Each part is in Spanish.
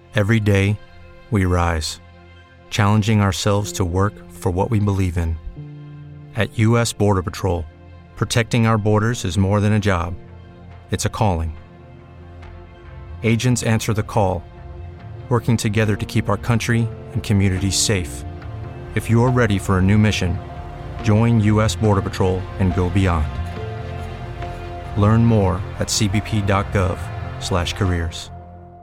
Every day, we rise, challenging ourselves to work for what we believe in. At U.S. Border Patrol, protecting our borders is more than a job. It's a calling. Agents answer the call, working together to keep our country and communities safe. If you're ready for a new mission, join U.S. Border Patrol and go beyond. Learn more at cbp.gov/careers.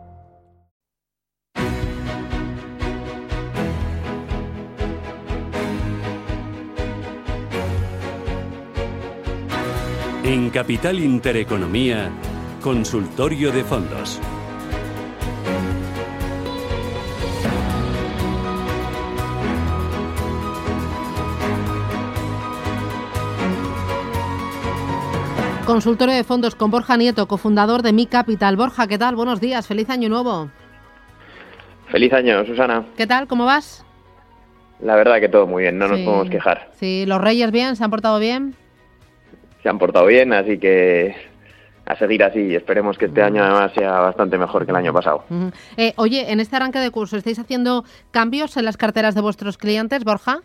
En Capital Intereconomía, Consultorio de Fondos. Consultorio de fondos con Borja Nieto, cofundador de Mi Capital. Borja, ¿qué tal? Buenos días, feliz año nuevo. Feliz año, Susana. ¿Qué tal? ¿Cómo vas? La verdad que todo muy bien, no nos podemos quejar. Sí, ¿los Reyes bien? ¿Se han portado bien? Se han portado bien, así que a seguir así. Esperemos que este año además sea bastante mejor que el año pasado. Oye, en este arranque de curso, ¿estáis haciendo cambios en las carteras de vuestros clientes, Borja?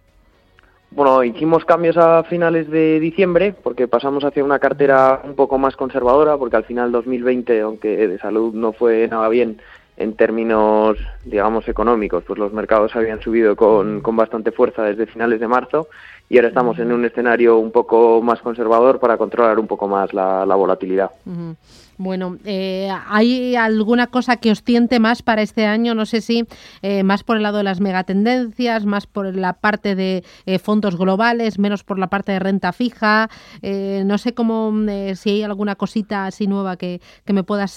Bueno, hicimos cambios a finales de diciembre porque pasamos hacia una cartera un poco más conservadora, porque al final 2020, aunque de salud no fue nada bien en términos, digamos, económicos, pues los mercados habían subido con bastante fuerza desde finales de marzo y ahora estamos en un escenario un poco más conservador para controlar un poco más la volatilidad. Bueno, ¿hay alguna cosa que os tiente más para este año? No sé si más por el lado de las megatendencias, más por la parte de fondos globales, menos por la parte de renta fija. No sé cómo, si hay alguna cosita así nueva que me puedas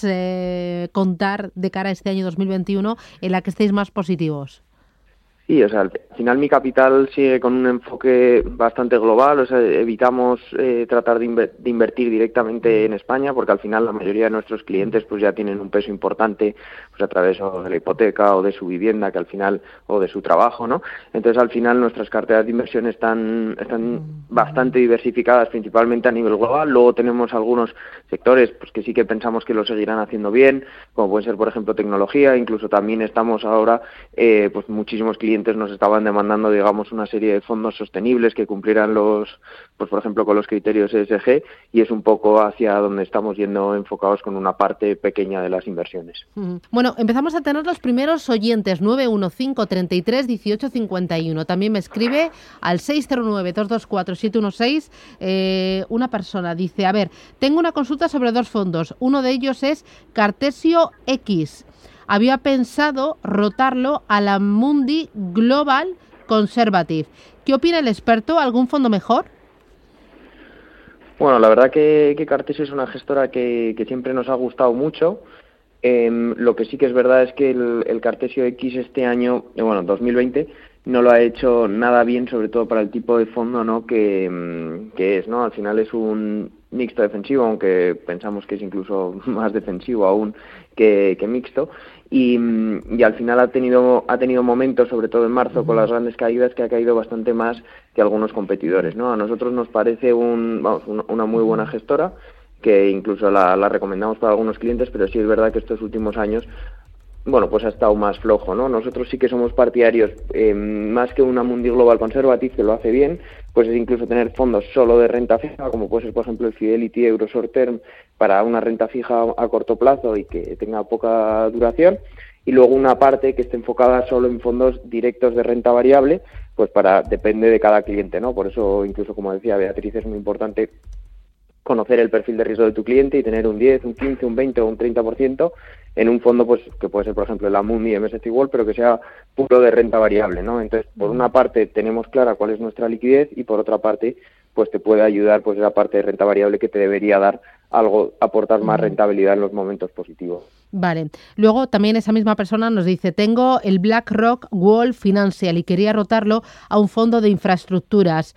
contar de cara a este año 2021 en la que estéis más positivos. Sí, o sea, al final Mi Capital sigue con un enfoque bastante global, o sea, evitamos tratar de invertir directamente en España, porque al final la mayoría de nuestros clientes pues ya tienen un peso importante pues a través de la hipoteca o de su vivienda, que al final, o de su trabajo, ¿no? Entonces al final nuestras carteras de inversión están bastante diversificadas, principalmente a nivel global. Luego tenemos algunos sectores pues que sí que pensamos que lo seguirán haciendo bien, como puede ser por ejemplo tecnología. Incluso también estamos ahora pues muchísimos clientes nos estaban demandando, digamos, una serie de fondos sostenibles que cumplieran pues por ejemplo, con los criterios ESG, y es un poco hacia donde estamos yendo enfocados con una parte pequeña de las inversiones. Bueno, empezamos a tener los primeros oyentes, 915 33 18 51. También me escribe al 609 224 716 una persona. Dice, a ver, tengo una consulta sobre dos fondos. Uno de ellos es Cartesio X. Había pensado rotarlo a la Amundi Global Conservative. ¿Qué opina el experto? ¿Algún fondo mejor? Bueno, la verdad que Cartesio es una gestora que siempre nos ha gustado mucho. Lo que sí que es verdad es que el Cartesio X este año, 2020, no lo ha hecho nada bien, sobre todo para el tipo de fondo, ¿no?, que es, ¿no? Al final es un mixto defensivo, aunque pensamos que es incluso más defensivo aún que mixto, y al final ha tenido momentos, sobre todo en marzo, con las grandes caídas, que ha caído bastante más que algunos competidores, ¿no? A nosotros nos parece una muy buena gestora, que incluso la recomendamos para algunos clientes, pero sí es verdad que estos últimos años pues ha estado más flojo, ¿no? Nosotros sí que somos partidarios, más que una Amundi Global Conservative, que lo hace bien, pues es incluso tener fondos solo de renta fija, como puede ser, por ejemplo, el Fidelity Euro Short Term, para una renta fija a corto plazo y que tenga poca duración, y luego una parte que esté enfocada solo en fondos directos de renta variable, pues depende de cada cliente, ¿no? Por eso, incluso, como decía Beatriz, es muy importante conocer el perfil de riesgo de tu cliente y tener un 10, un 15, un 20 o un 30% en un fondo, pues que puede ser, por ejemplo, el Amundi MSCI World, pero que sea puro de renta variable, ¿no? Entonces, por una parte tenemos clara cuál es nuestra liquidez, y por otra parte, pues te puede ayudar pues esa parte de renta variable que te debería dar aportar más rentabilidad en los momentos positivos. Vale. Luego también esa misma persona nos dice, tengo el BlackRock World Financial y quería rotarlo a un fondo de infraestructuras.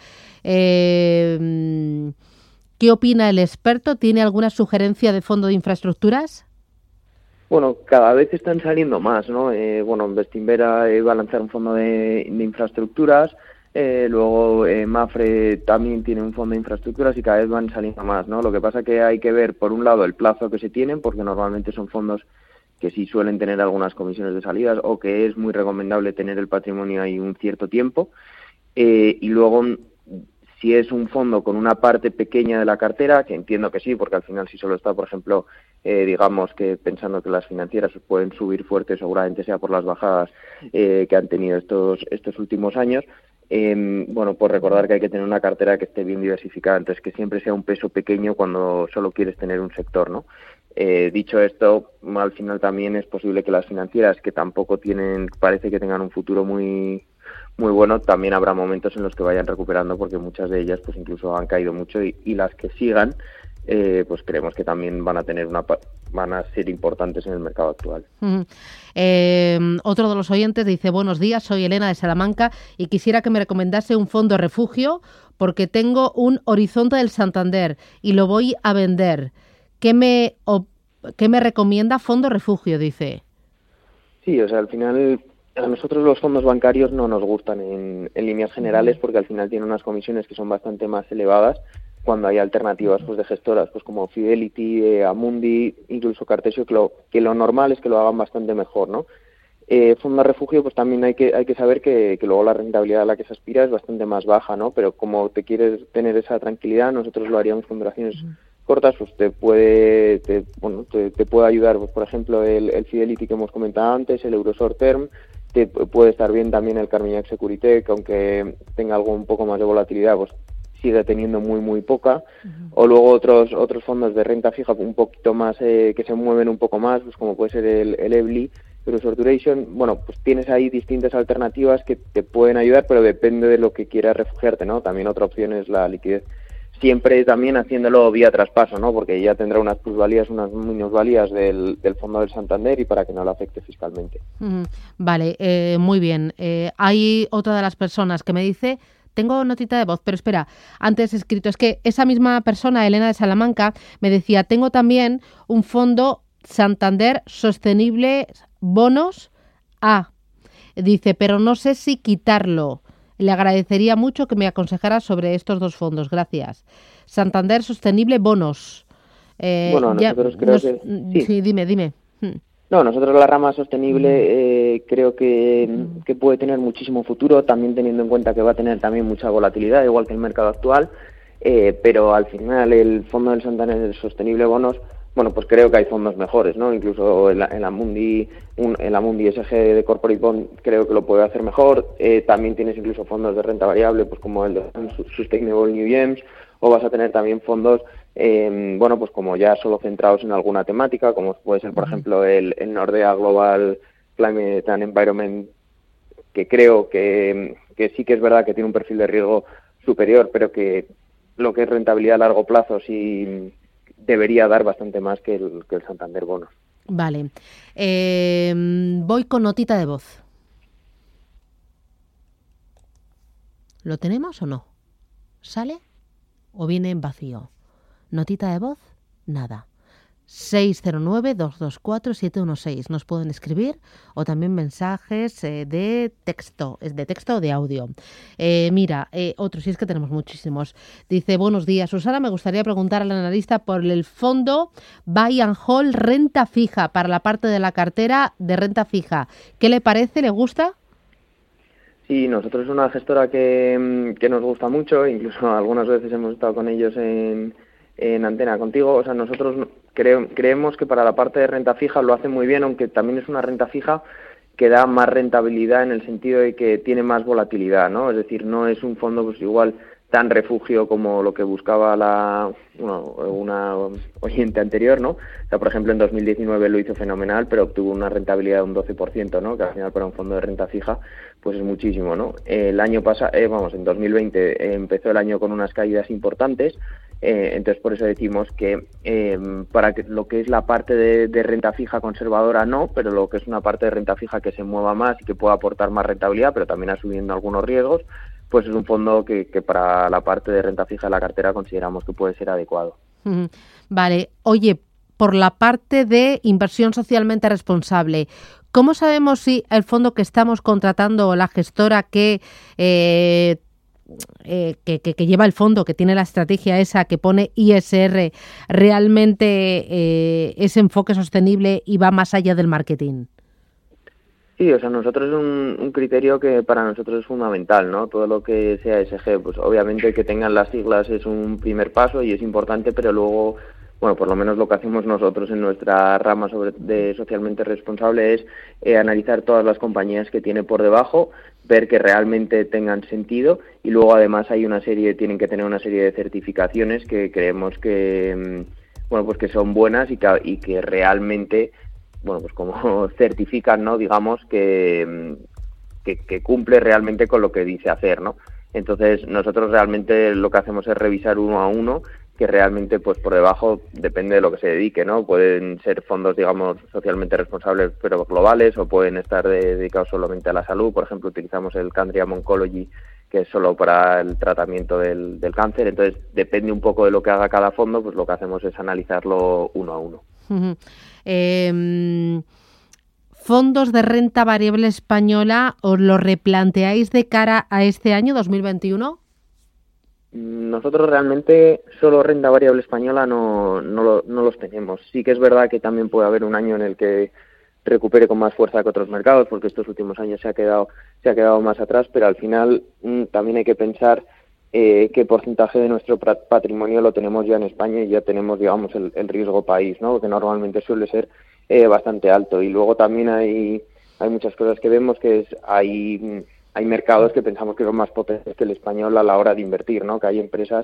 ¿Qué opina el experto? ¿Tiene alguna sugerencia de fondo de infraestructuras? Bueno, cada vez están saliendo más, ¿no? Bestinver va a lanzar un fondo de infraestructuras, luego Mapfre también tiene un fondo de infraestructuras, y cada vez van saliendo más, ¿no? Lo que pasa que hay que ver, por un lado, el plazo que se tienen, porque normalmente son fondos sí suelen tener algunas comisiones de salidas o que es muy recomendable tener el patrimonio ahí un cierto tiempo. Y luego, si es un fondo con una parte pequeña de la cartera, que entiendo que sí, porque al final si solo está, por ejemplo, digamos que pensando que las financieras pueden subir fuerte, seguramente sea por las bajadas que han tenido estos últimos años. Bueno, pues recordar que hay que tener una cartera que esté bien diversificada, entonces que siempre sea un peso pequeño cuando solo quieres tener un sector, ¿no? Dicho esto, al final también es posible que las financieras, que tampoco parece que tengan un futuro muy bueno, también habrá momentos en los que vayan recuperando, porque muchas de ellas pues incluso han caído mucho y las que sigan pues creemos que también van a ser importantes en el mercado actual. Otro de los oyentes dice: buenos días, soy Elena de Salamanca y quisiera que me recomendase un fondo refugio porque tengo un Horizonte del Santander y lo voy a vender. ¿Qué me recomienda fondo refugio? Dice. Sí, o sea, al final a nosotros los fondos bancarios no nos gustan en líneas generales, porque al final tienen unas comisiones que son bastante más elevadas cuando hay alternativas pues de gestoras pues como Fidelity, Amundi, incluso Cartesio, que lo normal es que lo hagan bastante mejor, ¿no? Fondo de refugio, pues también hay que saber que luego la rentabilidad a la que se aspira es bastante más baja, ¿no? Pero como te quieres tener esa tranquilidad, nosotros lo haríamos con duraciones cortas, pues te puede ayudar, pues por ejemplo el Fidelity que hemos comentado antes, el Euro Short Term. Te puede estar bien también el Carmignac Securité, que aunque tenga algo un poco más de volatilidad, pues sigue teniendo muy poca. O luego otros fondos de renta fija un poquito más, que se mueven un poco más, pues como puede ser el EBLI, Euro Short Duration. Bueno, pues tienes ahí distintas alternativas que te pueden ayudar, pero depende de lo que quieras refugiarte, ¿no? También otra opción es la liquidez. Siempre también haciéndolo vía traspaso, ¿no? Porque ya tendrá unas plusvalías, unas minusvalías del fondo del Santander y para que no lo afecte fiscalmente. Vale, muy bien. Hay otra de las personas que me dice: tengo notita de voz, pero espera, antes he escrito, es que esa misma persona, Elena de Salamanca, me decía: tengo también un fondo Santander Sostenible Bonos A. Dice, pero no sé si quitarlo. Le agradecería mucho que me aconsejara sobre estos dos fondos. Gracias. Santander Sostenible Bonos. Nosotros creo que... Sí, dime. No, nosotros la rama sostenible creo que puede tener muchísimo futuro, también teniendo en cuenta que va a tener también mucha volatilidad, igual que el mercado actual, pero al final el fondo del Santander Sostenible Bonos, bueno, pues creo que hay fondos mejores, ¿no? Incluso el Amundi SG de Corporate Bond creo que lo puede hacer mejor. También tienes incluso fondos de renta variable, pues como el de Sustainable New Gems, o vas a tener también fondos, pues como ya solo centrados en alguna temática, como puede ser, por ejemplo, el Nordea Global Climate and Environment, que creo que sí que es verdad que tiene un perfil de riesgo superior, pero que lo que es rentabilidad a largo plazo sí debería dar bastante más que el Santander Bonos. Vale. Voy con notita de voz. ¿Lo tenemos o no? ¿Sale o viene en vacío? Notita de voz, nada. 609-224-716. Nos pueden escribir o también mensajes de texto. ¿Es de texto o de audio? Otro, si es que tenemos muchísimos. Dice: buenos días, Susana, me gustaría preguntar al analista por el fondo Buy and Hold renta fija para la parte de la cartera de renta fija. ¿Qué le parece? ¿Le gusta? Sí, nosotros es una gestora que nos gusta mucho, incluso algunas veces hemos estado con ellos en antena contigo. O sea, nosotros creemos que para la parte de renta fija lo hace muy bien, aunque también es una renta fija que da más rentabilidad en el sentido de que tiene más volatilidad, ¿no? Es decir, no es un fondo pues igual tan refugio como lo que buscaba una oyente anterior, ¿no? O sea, por ejemplo, en 2019 lo hizo fenomenal, pero obtuvo una rentabilidad de un 12%, ¿no? Que al final para un fondo de renta fija pues es muchísimo, ¿no? El año pasado, en 2020 empezó el año con unas caídas importantes. Entonces por eso decimos que para que lo que es la parte de renta fija conservadora no, pero lo que es una parte de renta fija que se mueva más y que pueda aportar más rentabilidad, pero también asumiendo algunos riesgos, pues es un fondo que para la parte de renta fija de la cartera consideramos que puede ser adecuado. Vale. Oye, por la parte de inversión socialmente responsable, ¿cómo sabemos si el fondo que estamos contratando o la gestora que que lleva el fondo, que tiene la estrategia esa, que pone ISR, realmente ese enfoque sostenible y va más allá del marketing? Sí, o sea, nosotros es un criterio que para nosotros es fundamental, ¿no? Todo lo que sea ESG, pues obviamente que tengan las siglas es un primer paso y es importante, pero luego, bueno, por lo menos lo que hacemos nosotros en nuestra rama de socialmente responsable es analizar todas las compañías que tiene por debajo, ver que realmente tengan sentido y luego además tienen que tener una serie de certificaciones que creemos que, bueno, pues que son buenas y que realmente, bueno, pues como certifican, ¿no? Digamos que cumple realmente con lo que dice hacer, ¿no? Entonces nosotros realmente lo que hacemos es revisar uno a uno, que realmente pues por debajo depende de lo que se dedique, ¿no? Pueden ser fondos, digamos, socialmente responsables pero globales, o pueden estar dedicados solamente a la salud. Por ejemplo, utilizamos el Candriam Oncology, que es solo para el tratamiento del cáncer. Entonces depende un poco de lo que haga cada fondo, pues lo que hacemos es analizarlo uno a uno. Uh-huh. ¿Fondos de renta variable española os lo replanteáis de cara a este año 2021? Nosotros realmente solo renta variable española no los tenemos. Sí que es verdad que también puede haber un año en el que recupere con más fuerza que otros mercados, porque estos últimos años se ha quedado más atrás, pero al final también hay que pensar qué porcentaje de nuestro patrimonio lo tenemos ya en España y ya tenemos, digamos, el riesgo país, ¿no? Que normalmente suele ser bastante alto. Y luego también hay muchas cosas que vemos, que hay mercados que pensamos que son más potentes que el español a la hora de invertir, ¿no? Que hay empresas,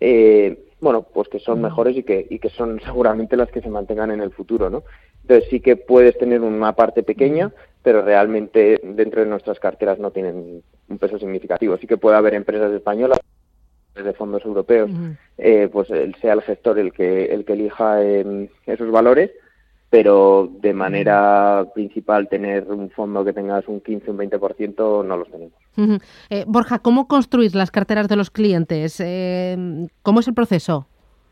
bueno, pues que son mejores y que son seguramente las que se mantengan en el futuro, ¿no? Entonces sí que puedes tener una parte pequeña, pero realmente dentro de nuestras carteras no tienen un peso significativo. Sí que puede haber empresas españolas de fondos europeos, pues sea el gestor el que elija esos valores, pero de manera principal tener un fondo que tengas un 15, un 20% no los tenemos. Borja, ¿cómo construís las carteras de los clientes? ¿Cómo es el proceso?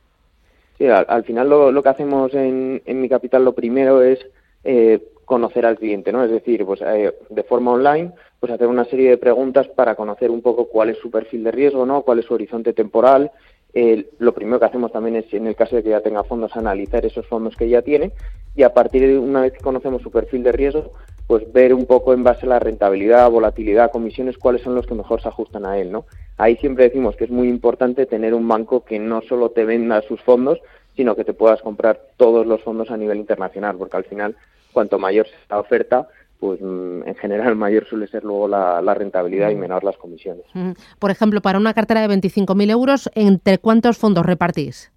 Sí, al final lo que hacemos en Mi Capital, lo primero es conocer al cliente, ¿no? Es decir, pues de forma online, pues hacer una serie de preguntas para conocer un poco cuál es su perfil de riesgo, ¿no? Cuál es su horizonte temporal. Lo primero que hacemos también es, en el caso de que ya tenga fondos, analizar esos fondos que ya tiene, y a partir de una vez que conocemos su perfil de riesgo, pues ver un poco en base a la rentabilidad, volatilidad, comisiones, cuáles son los que mejor se ajustan a él, ¿no? Ahí siempre decimos que es muy importante tener un banco que no solo te venda sus fondos, sino que te puedas comprar todos los fondos a nivel internacional, porque al final, cuanto mayor sea la oferta, pues en general mayor suele ser luego la rentabilidad y menor las comisiones. Por ejemplo, para una cartera de 25.000 euros, ¿entre cuántos fondos repartís?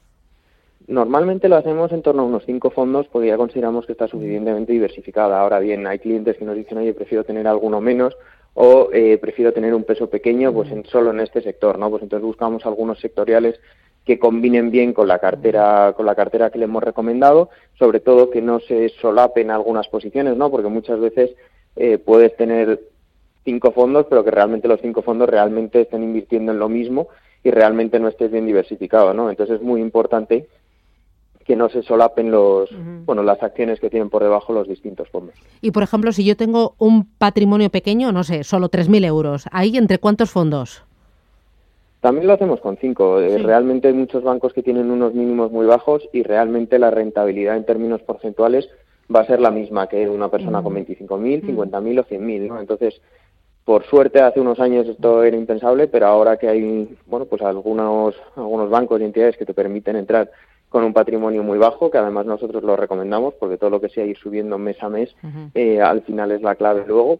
Normalmente lo hacemos en torno a unos 5 fondos, porque ya consideramos que está suficientemente diversificada. Ahora bien, hay clientes que nos dicen, oye, prefiero tener alguno menos, o prefiero tener un peso pequeño, pues solo en este sector, ¿no? Pues entonces buscamos algunos sectoriales que combinen bien con la cartera que le hemos recomendado, sobre todo que no se solapen algunas posiciones, ¿no? Porque muchas veces puedes tener 5 fondos, pero que realmente los 5 fondos realmente estén invirtiendo en lo mismo y realmente no estés bien diversificado, ¿no? Entonces es muy importante que no se solapen las acciones que tienen por debajo los distintos fondos. Y, por ejemplo, si yo tengo un patrimonio pequeño, no sé, solo 3.000 euros, ¿ahí entre cuántos fondos? También lo hacemos con 5. Sí. Realmente hay muchos bancos que tienen unos mínimos muy bajos y realmente la rentabilidad en términos porcentuales va a ser la misma que una persona con 25.000, 50.000 o 100.000, ¿no? Entonces, por suerte, hace unos años esto era impensable, pero ahora que hay, bueno, pues algunos bancos y entidades que te permiten entrar con un patrimonio muy bajo, que además nosotros lo recomendamos, porque todo lo que sea ir subiendo mes a mes, al final es la clave luego,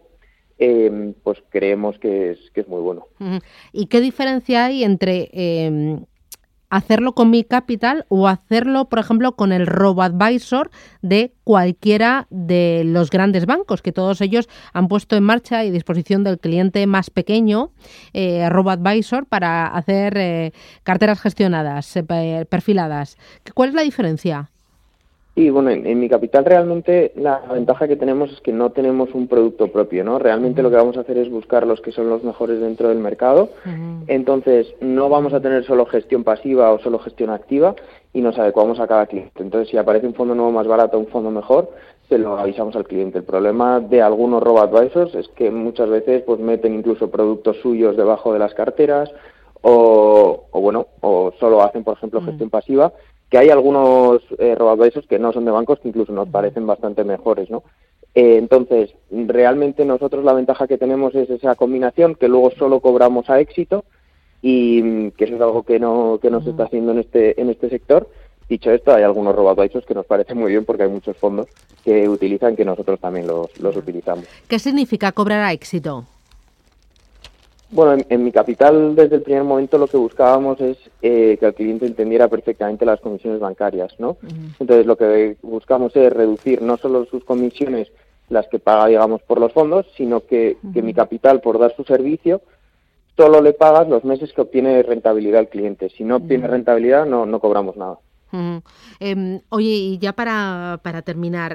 pues creemos que es muy bueno. ¿Y qué diferencia hay entre hacerlo con Mi Capital o hacerlo, por ejemplo, con el robo-advisor de cualquiera de los grandes bancos, que todos ellos han puesto en marcha y a disposición del cliente más pequeño, robo-advisor para hacer carteras gestionadas, perfiladas? ¿Cuál es la diferencia? Y bueno, en Mi Capital realmente la ventaja que tenemos es que no tenemos un producto propio, ¿no? Realmente lo que vamos a hacer es buscar los que son los mejores dentro del mercado. Entonces no vamos a tener solo gestión pasiva o solo gestión activa y nos adecuamos a cada cliente. Entonces si aparece un fondo nuevo más barato o un fondo mejor, se lo avisamos al cliente. El problema de algunos robo-advisors es que muchas veces pues meten incluso productos suyos debajo de las carteras o solo hacen, por ejemplo, gestión pasiva, que hay algunos robo-advisors que no son de bancos que incluso nos parecen bastante mejores, ¿no? Entonces, realmente nosotros la ventaja que tenemos es esa combinación que luego solo cobramos a éxito y que eso es algo que no se está haciendo en este sector. Dicho esto, hay algunos robo-advisors que nos parecen muy bien porque hay muchos fondos que utilizan que nosotros también los utilizamos. ¿Qué significa cobrar a éxito? Bueno, en Mi Capital, desde el primer momento, lo que buscábamos es que el cliente entendiera perfectamente las comisiones bancarias, ¿no? Entonces, lo que buscamos es reducir no solo sus comisiones, las que paga, digamos, por los fondos, sino que Mi Capital, por dar su servicio, solo le pagas los meses que obtiene rentabilidad al cliente. Si no obtiene rentabilidad, no cobramos nada. Oye, y ya para terminar,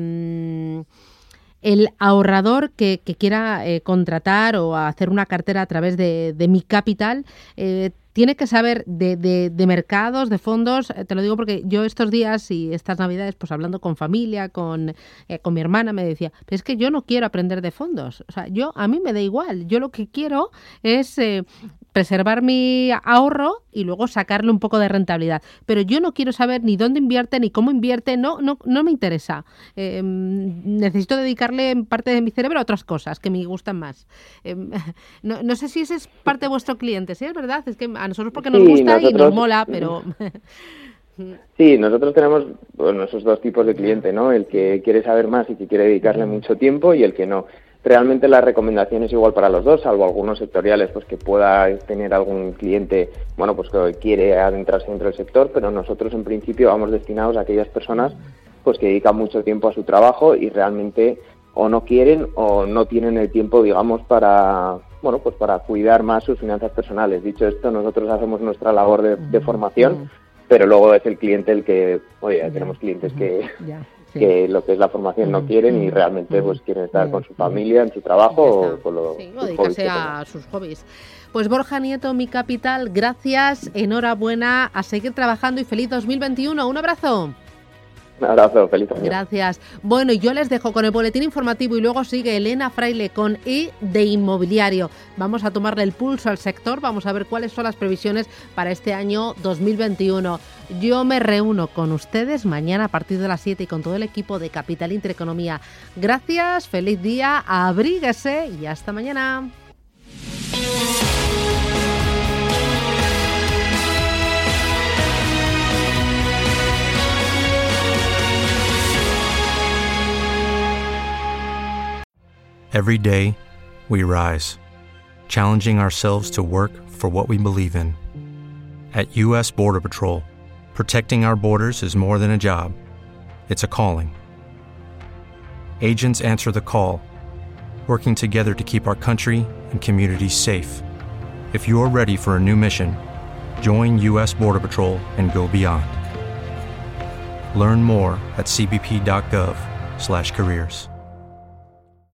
el ahorrador que quiera contratar o hacer una cartera a través de Mi Capital, tiene que saber de mercados, de fondos. Te lo digo porque yo estos días y estas Navidades, pues hablando con familia, con mi hermana, me decía, pero es que yo no quiero aprender de fondos. O sea, a mí me da igual. Yo lo que quiero es preservar mi ahorro y luego sacarle un poco de rentabilidad. Pero yo no quiero saber ni dónde invierte, ni cómo invierte, no me interesa. Necesito dedicarle parte de mi cerebro a otras cosas que me gustan más. No sé si ese es parte de vuestro cliente, ¿sí? Es verdad, es que a nosotros porque nos gusta y nos mola, pero... Sí, nosotros tenemos esos dos tipos de cliente, ¿no? El que quiere saber más y que quiere dedicarle mucho tiempo y el que no. Realmente la recomendación es igual para los dos, salvo algunos sectoriales, pues que pueda tener algún cliente, bueno, pues que quiere adentrarse dentro del sector, pero nosotros en principio vamos destinados a aquellas personas pues que dedican mucho tiempo a su trabajo y realmente o no quieren o no tienen el tiempo, digamos, para cuidar más sus finanzas personales. Dicho esto, nosotros hacemos nuestra labor de formación, pero luego es el cliente el que, tenemos clientes que lo que es la formación no quieren y realmente pues quieren estar con su familia, en su trabajo o con o dedicarse a sus hobbies. Pues Borja Nieto, Mi Capital, gracias, enhorabuena, a seguir trabajando y feliz 2021. Un abrazo. Un abrazo, feliz año. Gracias. Bueno, y yo les dejo con el boletín informativo y luego sigue Elena Fraile con de Inmobiliario. Vamos a tomarle el pulso al sector, vamos a ver cuáles son las previsiones para este año 2021. Yo me reúno con ustedes mañana a partir de las 7 y con todo el equipo de Capital Intereconomía. Gracias, feliz día, abríguese y hasta mañana. Every day, we rise, challenging ourselves to work for what we believe in. At U.S. Border Patrol, protecting our borders is more than a job. It's a calling. Agents answer the call, working together to keep our country and communities safe. If you're ready for a new mission, join U.S. Border Patrol and go beyond. Learn more at cbp.gov/careers.